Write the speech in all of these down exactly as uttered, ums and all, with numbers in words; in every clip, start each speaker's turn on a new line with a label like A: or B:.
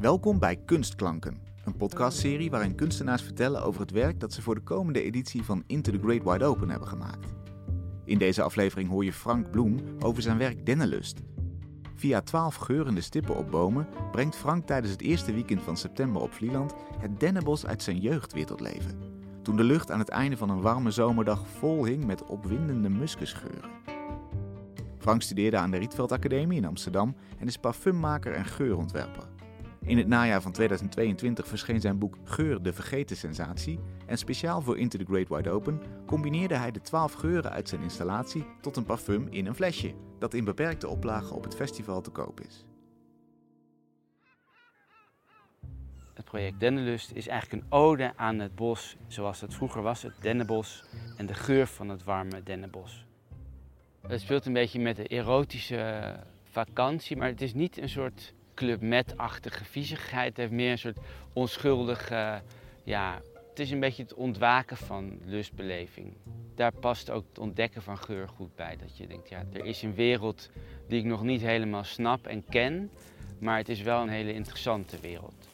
A: Welkom bij Kunstklanken, een podcastserie waarin kunstenaars vertellen over het werk dat ze voor de komende editie van Into the Great Wide Open hebben gemaakt. In deze aflevering hoor je Frank Bloem over zijn werk Dennenlust. Via twaalf geurende stippen op bomen brengt Frank tijdens het eerste weekend van september op Vlieland het dennenbos uit zijn jeugd weer tot leven. Toen de lucht aan het einde van een warme zomerdag vol hing met opwindende muskusgeuren. Frank studeerde aan de Rietveld Academie in Amsterdam en is parfummaker en geurontwerper. In het najaar van tweeduizend tweeëntwintig verscheen zijn boek Geur, de vergeten sensatie en speciaal voor Into the Great Wide Open combineerde hij de twaalf geuren uit zijn installatie tot een parfum in een flesje, dat in beperkte oplagen op het festival te koop is.
B: Het project Dennenlust is eigenlijk een ode aan het bos zoals het vroeger was, het dennenbos en de geur van het warme dennenbos. Het speelt een beetje met de erotische vakantie, maar het is niet een soort Club Med-achtige viezigheid. Het heeft meer een soort onschuldige, ja, het is een beetje het ontwaken van lustbeleving. Daar past ook het ontdekken van geur goed bij. Dat je denkt, ja, er is een wereld die ik nog niet helemaal snap en ken, maar het is wel een hele interessante wereld.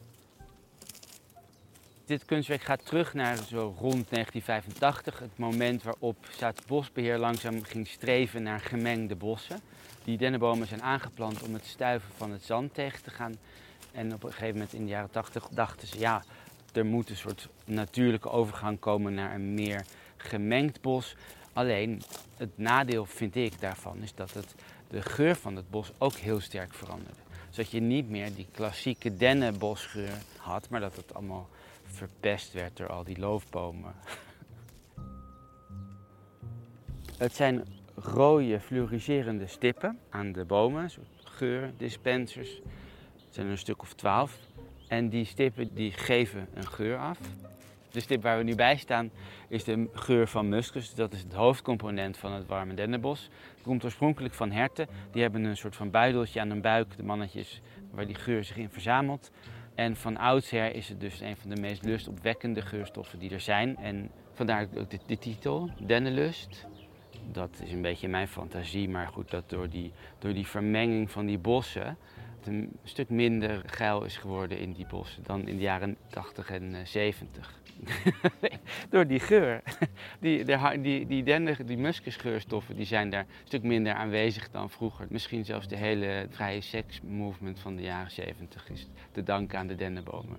B: Dit kunstwerk gaat terug naar zo rond negentien vijfentachtig, het moment waarop Staatsbosbeheer langzaam ging streven naar gemengde bossen. Die dennenbomen zijn aangeplant om het stuiven van het zand tegen te gaan. En op een gegeven moment in de jaren tachtig dachten ze, ja, er moet een soort natuurlijke overgang komen naar een meer gemengd bos. Alleen, het nadeel vind ik daarvan is dat het, de geur van het bos ook heel sterk veranderde. Zodat je niet meer die klassieke dennenbosgeur had, maar dat het allemaal verpest werd door al die loofbomen. Het zijn rode fluoriserende stippen aan de bomen, soort geurdispensers. Het zijn er een stuk of twaalf. En die stippen die geven een geur af. De stip waar we nu bij staan is de geur van muskus. Dat is het hoofdcomponent van het warme dennenbos. Het komt oorspronkelijk van herten. Die hebben een soort van buideltje aan hun buik, de mannetjes, waar die geur zich in verzamelt. En van oudsher is het dus een van de meest lustopwekkende geurstoffen die er zijn. En vandaar ook de, de titel, Dennenlust. Dat is een beetje mijn fantasie, maar goed, dat door die, door die vermenging van die bossen het een stuk minder geil is geworden in die bossen dan in de jaren tachtig en zeventig. Door die geur. Die, die, die, dennen, die muskusgeurstoffen die zijn daar een stuk minder aanwezig dan vroeger. Misschien zelfs de hele vrije seksmovement van de jaren zeventig is te danken aan de dennenbomen.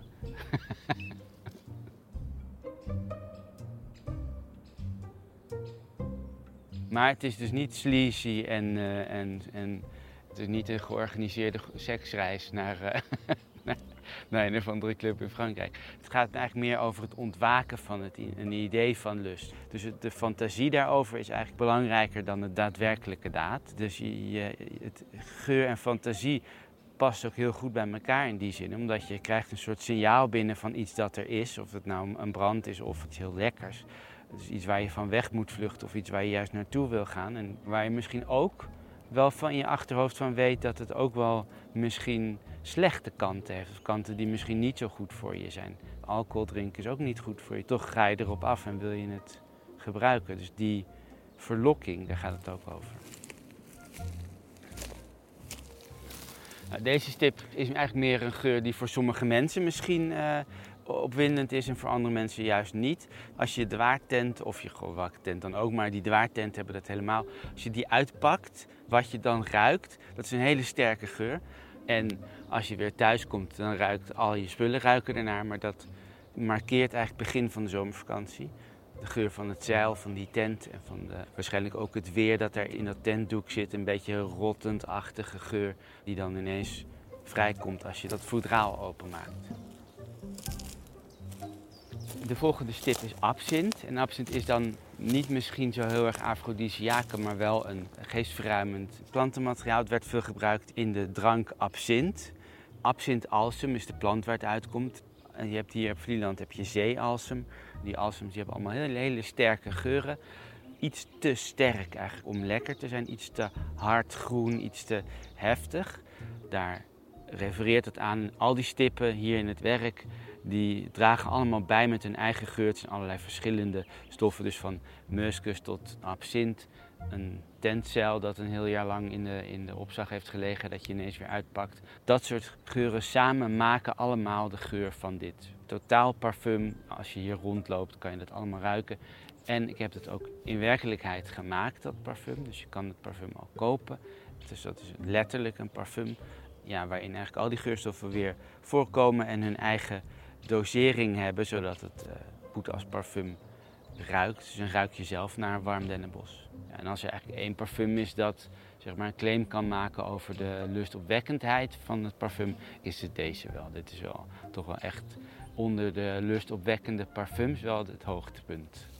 B: Maar het is dus niet sleazy en, uh, en, en het is niet een georganiseerde seksreis naar, uh, naar, naar een of andere club in Frankrijk. Het gaat eigenlijk meer over het ontwaken van het, een idee van lust. Dus het, de fantasie daarover is eigenlijk belangrijker dan de daadwerkelijke daad. Dus je, je, het, geur en fantasie past ook heel goed bij elkaar in die zin. Omdat je krijgt een soort signaal binnen van iets dat er is. Of het nou een brand is of iets heel lekkers. Dus iets waar je van weg moet vluchten of iets waar je juist naartoe wil gaan. En waar je misschien ook wel van in je achterhoofd van weet dat het ook wel misschien slechte kanten heeft. Of kanten die misschien niet zo goed voor je zijn. Alcohol drinken is ook niet goed voor je. Toch ga je erop af en wil je het gebruiken. Dus die verlokking, daar gaat het ook over. Nou, deze stip is eigenlijk meer een geur die voor sommige mensen misschien Uh, opwindend is en voor andere mensen juist niet. Als je dwaartent, of je tent dan ook, maar die dwaartent hebben dat helemaal. Als je die uitpakt, wat je dan ruikt, dat is een hele sterke geur. En als je weer thuis komt, dan ruikt al je spullen ruiken ernaar, maar dat markeert eigenlijk het begin van de zomervakantie. De geur van het zeil, van die tent en van de, waarschijnlijk ook het weer dat er in dat tentdoek zit. Een beetje een rottend-achtige geur die dan ineens vrijkomt als je dat foudraal openmaakt. De volgende stip is absint. En absint is dan niet misschien zo heel erg afrodisiaca, maar wel een geestverruimend plantenmateriaal. Het werd veel gebruikt in de drank absint. Absint-alsem is de plant waar het uitkomt. En je hebt hier op Vlieland heb je zeealsem. Die alsems die hebben allemaal hele, hele sterke geuren. Iets te sterk eigenlijk om lekker te zijn. Iets te hard groen, iets te heftig. Daar refereert het aan. Al die stippen hier in het werk die dragen allemaal bij met hun eigen geur. Het zijn allerlei verschillende stoffen, dus van muskus tot absint. een tentceil dat een heel jaar lang in de, in de opslag heeft gelegen, dat je ineens weer uitpakt. Dat soort geuren samen maken allemaal de geur van dit totaalparfum. Als je hier rondloopt kan je dat allemaal ruiken. En ik heb het ook in werkelijkheid gemaakt, dat parfum. Dus je kan het parfum al kopen. Dus dat is letterlijk een parfum, ja, waarin eigenlijk al die geurstoffen weer voorkomen en hun eigen dosering hebben, zodat het uh, goed als parfum ruikt. Dus dan ruik je zelf naar een warm dennenbos. Ja, en als er eigenlijk één parfum is dat zeg maar, een claim kan maken over de lustopwekkendheid van het parfum, is het deze wel. Dit is wel toch wel echt onder de lustopwekkende parfums wel het hoogtepunt.